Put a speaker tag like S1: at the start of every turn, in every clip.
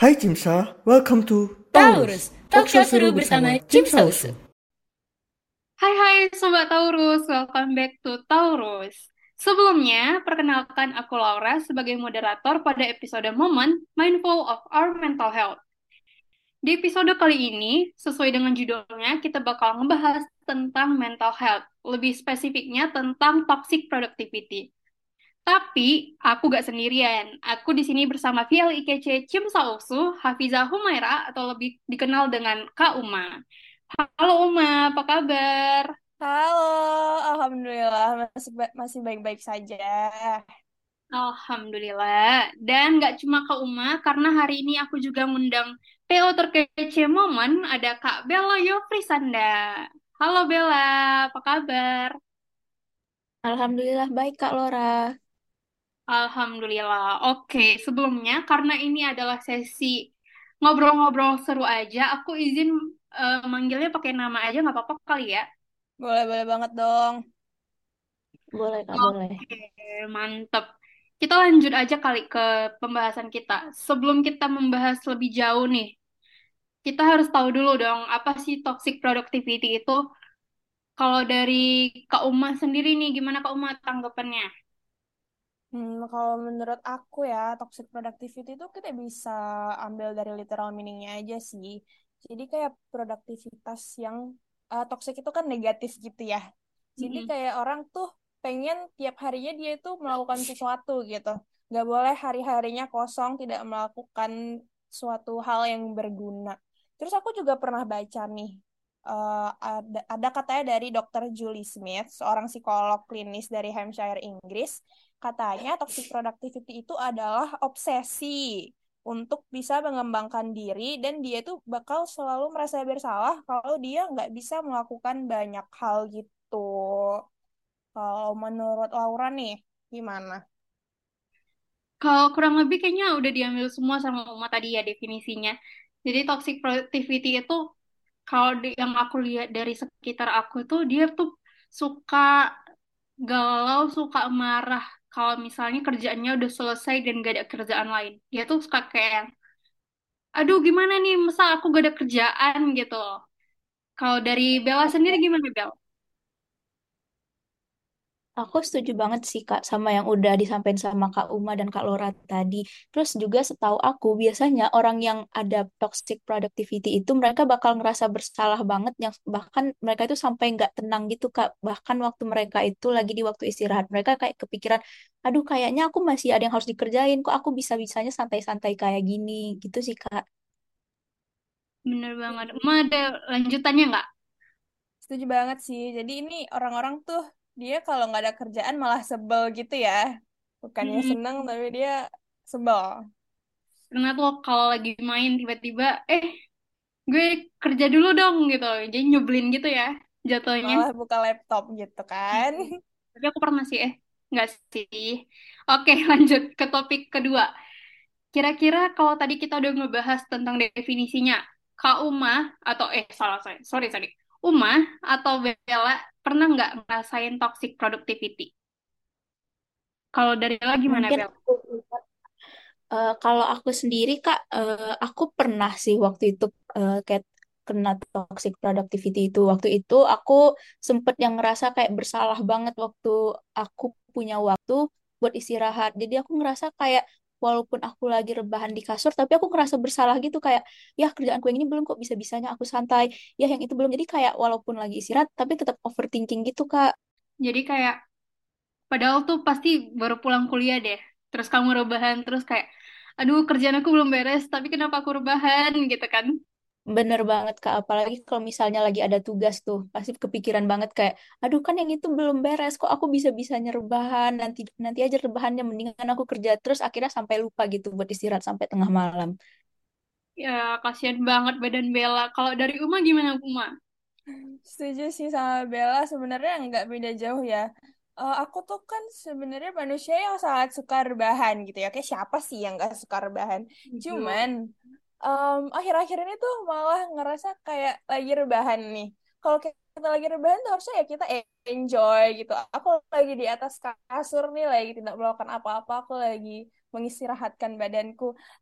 S1: Hai Cimsa, welcome to
S2: Taurus,
S1: Taurus,
S2: talk
S1: talk show
S2: show seru
S1: seru
S2: bersama
S1: bersama
S2: Cim
S1: Cimsa
S2: Sausu.
S1: Usu.
S3: Hai hai Sobat Taurus, welcome back to Taurus. Sebelumnya, perkenalkan aku Laura sebagai moderator pada episode Momen Mindful of Our Mental Health. Di episode kali ini, sesuai dengan judulnya, kita bakal ngebahas tentang mental health, lebih spesifiknya tentang toxic productivity. Tapi, aku gak sendirian. Aku di sini bersama VLIKC Cim Sausu, Hafizah Humaira, atau lebih dikenal dengan Kak Uma. Halo Uma, apa kabar?
S2: Halo, alhamdulillah masih baik-baik saja.
S3: Alhamdulillah. Dan nggak cuma Kak Uma, karena hari ini aku juga ngundang PO terkece momen, ada Kak Bella Yofrisanda. Halo Bella, apa kabar?
S2: Alhamdulillah baik Kak Lora.
S3: Alhamdulillah. Oke, sebelumnya karena ini adalah sesi ngobrol-ngobrol seru aja, aku izin manggilnya pakai nama aja nggak apa-apa kali ya?
S2: Boleh-boleh banget dong. Boleh Kak, boleh.
S3: Oke, mantep. Kita lanjut aja kali ke pembahasan kita. Sebelum kita membahas lebih jauh nih, kita harus tahu dulu dong, apa sih toxic productivity itu? Kalau dari Kak Uma sendiri nih, gimana Kak Uma tanggapannya?
S2: Kalau menurut aku ya, toxic productivity itu kita bisa ambil dari literal meaningnya aja sih. Jadi kayak produktivitas yang toxic itu kan negatif gitu ya. Jadi
S3: Mm-mm.
S2: kayak orang tuh pengen tiap harinya dia itu melakukan sesuatu gitu. Nggak boleh hari-harinya kosong tidak melakukan suatu hal yang berguna. Terus aku juga pernah baca nih, ada katanya dari Dr. Julie Smith, seorang psikolog klinis dari Hampshire, Inggris. Katanya toxic productivity itu adalah obsesi untuk bisa mengembangkan diri dan dia itu bakal selalu merasa bersalah kalau dia nggak bisa melakukan banyak hal gitu. Kalau menurut Laura nih, gimana?
S3: Kalau kurang lebih kayaknya udah diambil semua sama Uma tadi ya definisinya. Jadi toxic productivity itu kalau yang aku lihat dari sekitar aku tuh dia tuh suka galau, suka marah. Kalau misalnya kerjaannya udah selesai dan gak ada kerjaan lain. Dia tuh suka kayak aduh gimana nih masa aku gak ada kerjaan gitu. Kalau dari Bella sendiri gimana Bel?
S4: Aku setuju banget sih Kak sama yang udah disampaikan sama Kak Uma dan Kak Lora tadi. Terus juga setahu aku biasanya orang yang ada toxic productivity itu mereka bakal ngerasa bersalah banget yang bahkan mereka itu sampai nggak tenang gitu Kak. Bahkan waktu mereka itu lagi di waktu istirahat mereka kayak kepikiran, aduh kayaknya aku masih ada yang harus dikerjain kok aku bisa-bisanya santai-santai kayak gini gitu sih Kak.
S3: Bener banget. Uma ada lanjutannya nggak?
S2: Setuju banget sih. Jadi ini orang-orang tuh dia kalau nggak ada kerjaan malah sebel gitu ya. Bukannya
S3: Mm-mm.
S2: seneng tapi dia sebel.
S3: Karena tuh kalau lagi main tiba-tiba, gue kerja dulu dong gitu. Jadi nyebelin gitu ya jatuhnya.
S2: Malah buka laptop gitu kan.
S3: Hmm. Tapi aku pernah sih, nggak sih. Oke, lanjut ke topik kedua. Kira-kira kalau tadi kita udah ngebahas tentang definisinya, Kak Uma atau salah saya, sorry sorry, Uma atau Bella pernah nggak ngerasain toxic productivity? Kalau dari Bella gimana
S4: Mungkin
S3: Bella?
S4: kalau aku sendiri Kak, aku pernah sih waktu itu kayak kena toxic productivity itu. Waktu itu aku sempet yang ngerasa kayak bersalah banget waktu aku punya waktu buat istirahat. Jadi aku ngerasa kayak walaupun aku lagi rebahan di kasur, tapi aku ngerasa bersalah gitu kayak ya kerjaanku yang ini belum kok bisa-bisanya aku santai. Ya yang itu belum. Jadi kayak walaupun lagi istirahat tapi tetap overthinking gitu Kak.
S3: Jadi kayak padahal tuh pasti baru pulang kuliah deh, terus kamu rebahan, terus kayak, aduh kerjaan aku belum beres, tapi kenapa aku rebahan gitu kan?
S4: Bener banget Kak, apalagi kalau misalnya lagi ada tugas tuh, pasti kepikiran banget kayak, aduh kan yang itu belum beres, kok aku bisa-bisanya rebahan, nanti nanti aja rebahannya, mendingan aku kerja terus akhirnya sampai lupa gitu buat istirahat sampai tengah malam.
S3: Ya, kasihan banget badan Bella. Kalau dari Uma gimana Uma?
S2: Setuju sih sama Bella, sebenarnya nggak beda jauh ya. Aku tuh kan sebenarnya manusia yang sangat suka rebahan gitu ya. Kayak siapa sih yang nggak suka rebahan?
S3: Setuju.
S2: Cuman akhir-akhir ini tuh malah ngerasa kayak lagi rebahan nih. Kalau kita lagi rebahan tuh harusnya ya kita enjoy gitu. Aku lagi di atas kasur nih, lagi tidak melakukan apa-apa. Aku lagi mengistirahatkan badanku.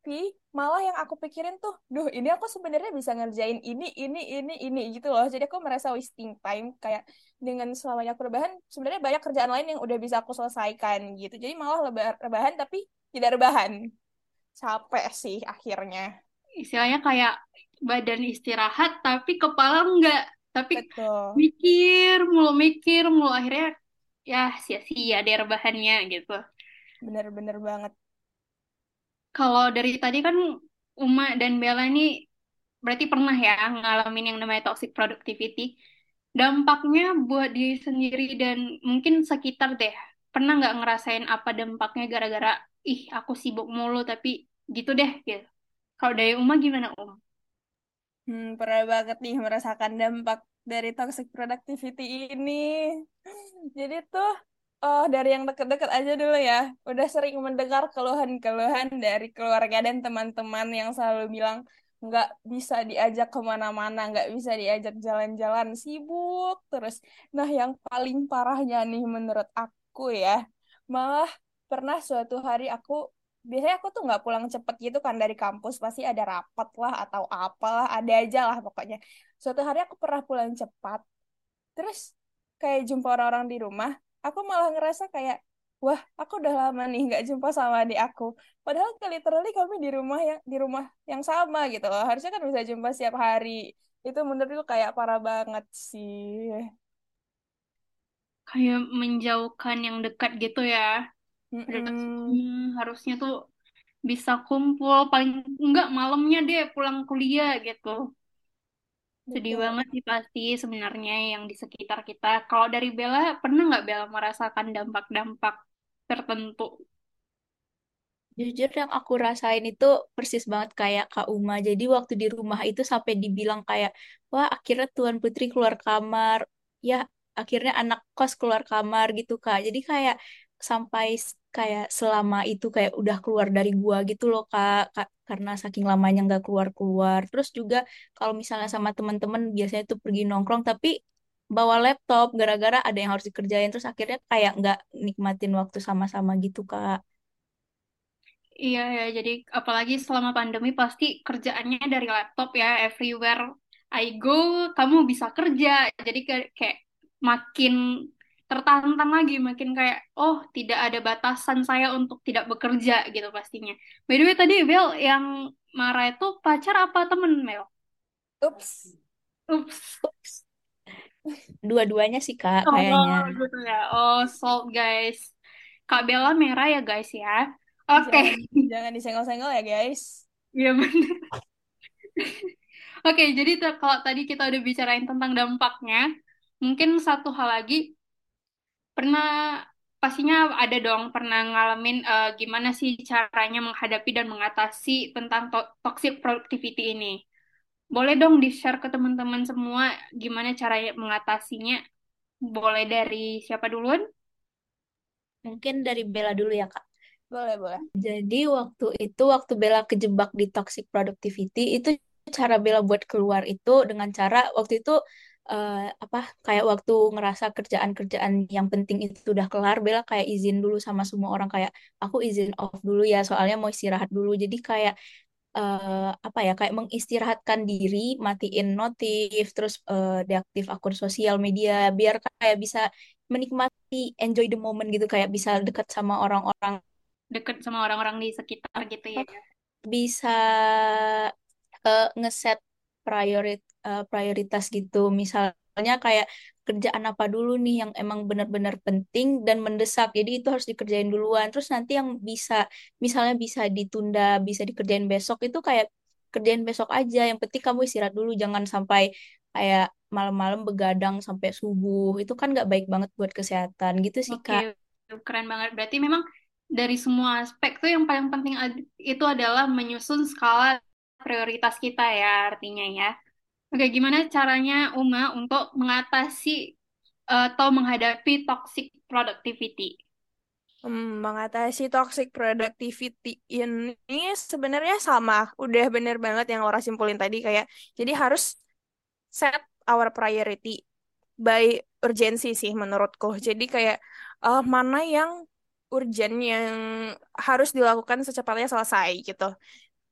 S2: Tapi malah yang aku pikirin tuh, duh ini aku sebenarnya bisa ngerjain ini gitu loh. Jadi aku merasa wasting time kayak dengan selamanya aku rebahan, sebenarnya banyak kerjaan lain yang udah bisa aku selesaikan gitu. Jadi malah rebahan tapi tidak rebahan. Capek sih akhirnya.
S3: Istilahnya kayak badan istirahat tapi kepala enggak. Tapi
S2: Betul.
S3: mikir mulu akhirnya ya sia-sia deh rebahannya gitu.
S2: Bener-bener banget.
S3: Kalau dari tadi kan Uma dan Bella ini berarti pernah ya ngalamin yang namanya toxic productivity. Dampaknya buat diri sendiri dan mungkin sekitar deh. Pernah nggak ngerasain apa dampaknya gara-gara, ih aku sibuk mulu tapi gitu deh gitu. Kalau dari Uma gimana
S2: Pernah banget nih merasakan dampak dari toxic productivity ini. Jadi tuh, oh dari yang deket-deket aja dulu ya. Udah sering mendengar keluhan-keluhan dari keluarga dan teman-teman yang selalu bilang nggak bisa diajak kemana-mana, nggak bisa diajak jalan-jalan, sibuk terus. Nah, yang paling parahnya nih menurut aku ya, malah pernah suatu hari biasanya aku tuh nggak pulang cepet gitu kan dari kampus, pasti ada rapat lah atau apalah, ada aja lah pokoknya. Suatu hari aku pernah pulang cepat, terus kayak jumpa orang-orang di rumah, aku malah ngerasa kayak, wah, aku udah lama nih nggak jumpa sama adik aku. Padahal literally kami di rumah yang sama gitu loh. Harusnya kan bisa jumpa setiap hari. Itu menurutku kayak parah banget sih.
S3: kayak menjauhkan yang dekat gitu ya. Padahal,
S2: Mm-mm.
S3: harusnya tuh bisa kumpul paling enggak malamnya deh pulang kuliah gitu. Sedih
S2: Betul.
S3: banget sih pasti sebenarnya yang di sekitar kita. Kalau dari Bella, pernah nggak Bella merasakan dampak-dampak tertentu?
S4: Jujur yang aku rasain itu persis banget kayak Kak Uma. Jadi waktu di rumah itu sampai dibilang kayak, wah akhirnya Tuan Putri keluar kamar. Ya akhirnya anak kos keluar kamar gitu Kak. Jadi kayak sampai kayak selama itu kayak udah keluar dari gua gitu loh Kak. Karena saking lamanya nggak keluar-keluar. Terus juga kalau misalnya sama teman-teman biasanya tuh pergi nongkrong tapi bawa laptop gara-gara ada yang harus dikerjain. Terus akhirnya kayak nggak nikmatin waktu sama-sama gitu Kak.
S3: Iya ya, jadi apalagi selama pandemi pasti kerjaannya dari laptop ya, everywhere I go, kamu bisa kerja. Jadi kayak makin tertantang lagi, makin kayak, oh tidak ada batasan saya untuk tidak bekerja gitu pastinya. By the way tadi Bel yang marah itu pacar apa temen Mel?
S2: Ups.
S3: Ups.
S4: Dua-duanya sih Kak
S3: Oh
S4: kayaknya.
S3: gitu ya. Oh salt guys. Kak Bella merah ya guys ya. Oke.
S2: Jangan jangan disenggol-senggol ya, guys.
S3: Iya bener. Oke, jadi kalau tadi kita udah bicarain tentang dampaknya, mungkin satu hal lagi, pernah, pastinya ada dong, pernah ngalamin gimana sih caranya menghadapi dan mengatasi tentang toxic productivity ini. Boleh dong di-share ke teman-teman semua gimana caranya mengatasinya. Boleh dari siapa duluan?
S4: Mungkin dari Bella dulu ya Kak.
S2: Boleh, boleh.
S4: Jadi waktu itu, waktu Bella kejebak di toxic productivity, itu cara Bella buat keluar itu dengan cara waktu itu apa kayak waktu ngerasa kerjaan-kerjaan yang penting itu udah kelar, Bella kayak izin dulu sama semua orang kayak aku izin off dulu ya, soalnya mau istirahat dulu. Jadi kayak apa ya kayak mengistirahatkan diri, matiin notif, terus deaktif akun sosial media biar kayak bisa menikmati enjoy the moment gitu kayak bisa dekat sama orang-orang
S3: Deket sama orang-orang di sekitar gitu ya.
S4: bisa ngeset prioritas gitu. Misalnya kayak kerjaan apa dulu nih yang emang benar-benar penting dan mendesak. Jadi itu harus dikerjain duluan. Terus nanti yang bisa, misalnya bisa ditunda, bisa dikerjain besok itu kayak kerjain besok aja. Yang penting kamu istirahat dulu, jangan sampai kayak malam-malam begadang sampai subuh. Itu kan nggak baik banget buat kesehatan gitu sih,
S3: Oke,
S4: Kak.
S3: keren banget. Berarti memang dari semua aspek tuh yang paling penting itu adalah menyusun skala prioritas kita ya artinya ya. Oke, gimana caranya Uma untuk mengatasi atau menghadapi toxic productivity?
S2: Mengatasi toxic productivity ini sebenarnya sama. Udah bener banget yang Laura simpulin tadi kayak jadi harus set our priority by urgency sih menurutku. Jadi kayak mana yang urgent yang harus dilakukan secepatnya selesai gitu.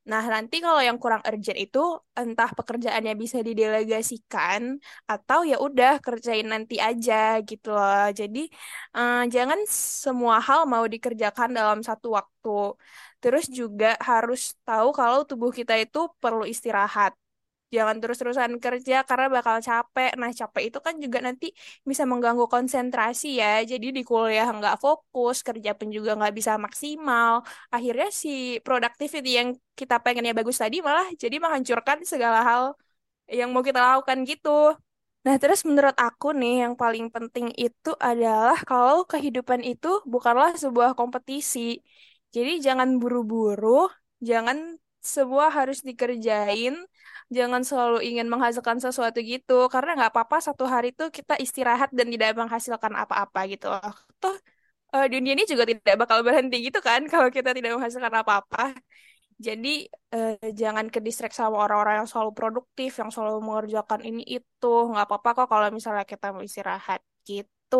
S2: Nah, nanti kalau yang kurang urgent itu entah pekerjaannya bisa didelegasikan atau ya udah kerjain nanti aja gitu loh. Jadi jangan semua hal mau dikerjakan dalam satu waktu. Terus juga harus tahu kalau tubuh kita itu perlu istirahat. Jangan terus-terusan kerja karena bakal capek. Nah, capek itu kan juga nanti bisa mengganggu konsentrasi ya. Jadi di kuliah nggak fokus, kerja pun juga nggak bisa maksimal. Akhirnya si productivity yang kita pengennya bagus tadi malah jadi menghancurkan segala hal yang mau kita lakukan gitu. Nah, terus menurut aku nih yang paling penting itu adalah kalau kehidupan itu bukanlah sebuah kompetisi. Jadi jangan buru-buru, jangan semua harus dikerjain, jangan selalu ingin menghasilkan sesuatu gitu. Karena nggak apa-apa satu hari itu kita istirahat dan tidak menghasilkan apa-apa gitu loh. Toh dunia ini juga tidak bakal berhenti gitu kan kalau kita tidak menghasilkan apa-apa. Jadi jangan ke distract sama orang-orang yang selalu produktif, yang selalu mengerjakan ini itu. Nggak apa-apa kok kalau misalnya kita mau istirahat gitu.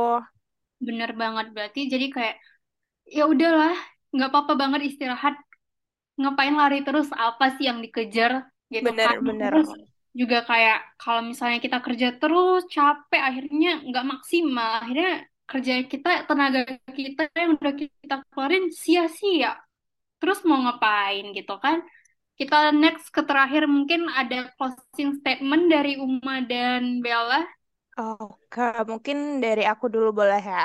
S3: Bener banget, berarti jadi kayak ya udahlah, nggak apa-apa banget istirahat. Ngapain lari terus, apa sih yang dikejar gitu kan.
S2: Bener-bener.
S3: Terus juga kayak kalau misalnya kita kerja terus capek, akhirnya nggak maksimal, akhirnya kerja kita, tenaga kita yang udah kita keluarin sia-sia. Terus mau ngapain gitu kan. Kita next ke terakhir, mungkin ada closing statement dari Uma dan Bella.
S2: Oke, mungkin dari aku dulu boleh ya.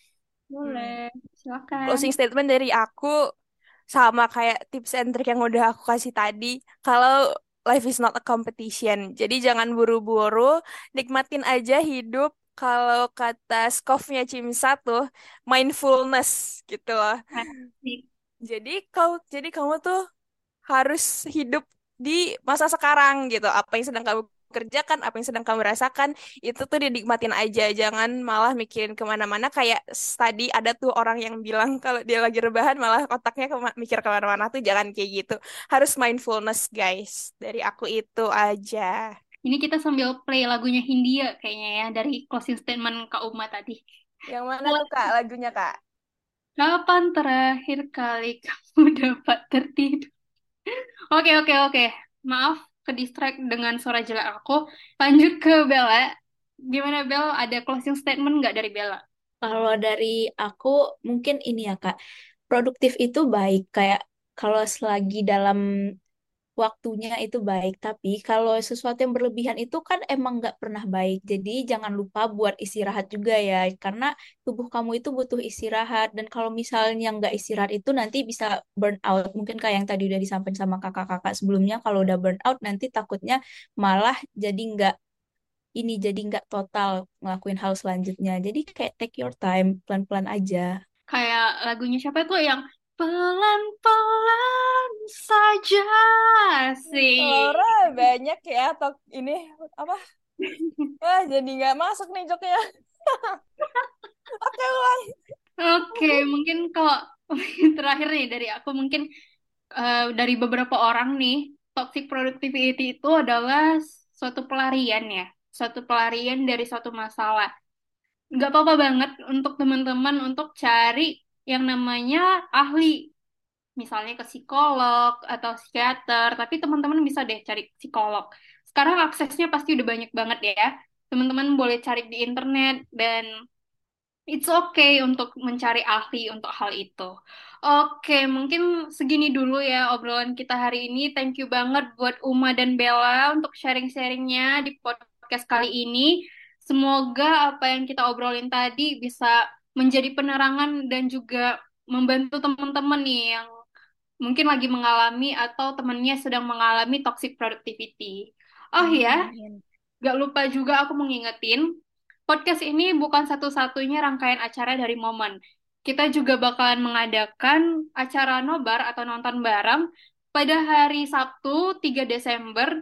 S2: Hmm.
S3: Boleh, silakan.
S2: Closing statement dari aku sama kayak tips and trick yang udah aku kasih tadi. Kalau life is not a competition, jadi jangan buru-buru, nikmatin aja hidup. Kalau kata Skov-nya Cimsa tuh, mindfulness gitu loh.
S3: Asik.
S2: Jadi kamu tuh harus hidup di masa sekarang gitu. Apa yang sedang kamu kerjakan, apa yang sedang kamu rasakan, itu tuh dinikmatin aja. Jangan malah mikirin kemana-mana. Kayak tadi ada tuh orang yang bilang kalau dia lagi rebahan malah otaknya mikir kemana-mana tuh jangan kayak gitu. Harus mindfulness guys. Dari aku itu aja.
S3: Ini kita sambil play lagunya Hindia kayaknya ya, dari closing statement Kak Uma tadi.
S2: Yang mana tuh Kak lagunya Kak?
S3: Kapan terakhir kali kamu dapat tertidur? Oke, oke, oke. Maaf ke distract dengan suara jelek aku. Lanjut ke Bella. Gimana Bella? Ada closing statement nggak dari Bella?
S4: Kalau dari aku mungkin ini ya Kak, produktif itu baik kayak kalau selagi dalam waktunya itu baik, tapi kalau sesuatu yang berlebihan itu kan emang nggak pernah baik. Jadi jangan lupa buat istirahat juga ya, karena tubuh kamu itu butuh istirahat. Dan kalau misalnya nggak istirahat itu nanti bisa burn out. Mungkin kayak yang tadi udah disampaikan sama kakak-kakak sebelumnya, kalau udah burn out nanti takutnya malah jadi nggak total ngelakuin hal selanjutnya. Jadi kayak take your time, pelan-pelan aja.
S3: Kayak lagunya siapa tuh yang pelan-pelan saja sih.
S2: Laura banyak ya atau ini apa? Wah, jadi nggak masuk nih joknya. Oke, ulang.
S3: Oke, mungkin kalau terakhir nih dari aku, mungkin dari beberapa orang nih, toxic productivity itu adalah suatu pelarian ya, suatu pelarian dari suatu masalah. Nggak apa-apa banget untuk teman-teman untuk cari yang namanya ahli, misalnya ke psikolog atau psikiater, tapi teman-teman bisa deh cari psikolog. Sekarang aksesnya pasti udah banyak banget ya. Teman-teman boleh cari di internet dan it's okay untuk mencari ahli untuk hal itu. Oke, mungkin segini dulu ya obrolan kita hari ini. Thank you banget buat Uma dan Bella untuk sharing-sharingnya di podcast kali ini. Semoga apa yang kita obrolin tadi bisa menjadi penerangan dan juga membantu teman-teman nih yang mungkin lagi mengalami atau temannya sedang mengalami toxic productivity. Oh
S2: Amin,
S3: ya,
S2: amin.
S3: gak lupa juga aku mau ngingetin, podcast ini bukan satu-satunya rangkaian acara dari Momen. Kita juga bakalan mengadakan acara nobar atau nonton bareng pada hari Sabtu 3 Desember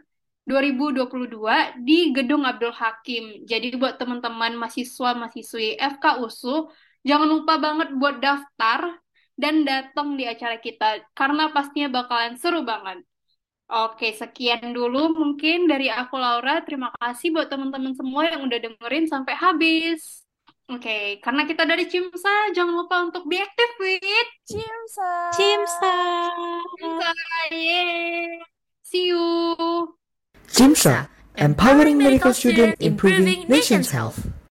S3: 2022 di Gedung Abdul Hakim. Jadi buat teman-teman mahasiswa-mahasiswi FK USU, jangan lupa banget buat daftar dan datang di acara kita karena pastinya bakalan seru banget. Oke, sekian dulu mungkin dari aku Laura. Terima kasih buat teman-teman semua yang udah dengerin sampai habis. Oke, karena kita dari Cimsa, jangan lupa untuk be active with
S2: Cimsa.
S4: Cimsa.
S3: Cimsa. Yeay. See you.
S1: CIMSA, empowering medical student, improving nation's health.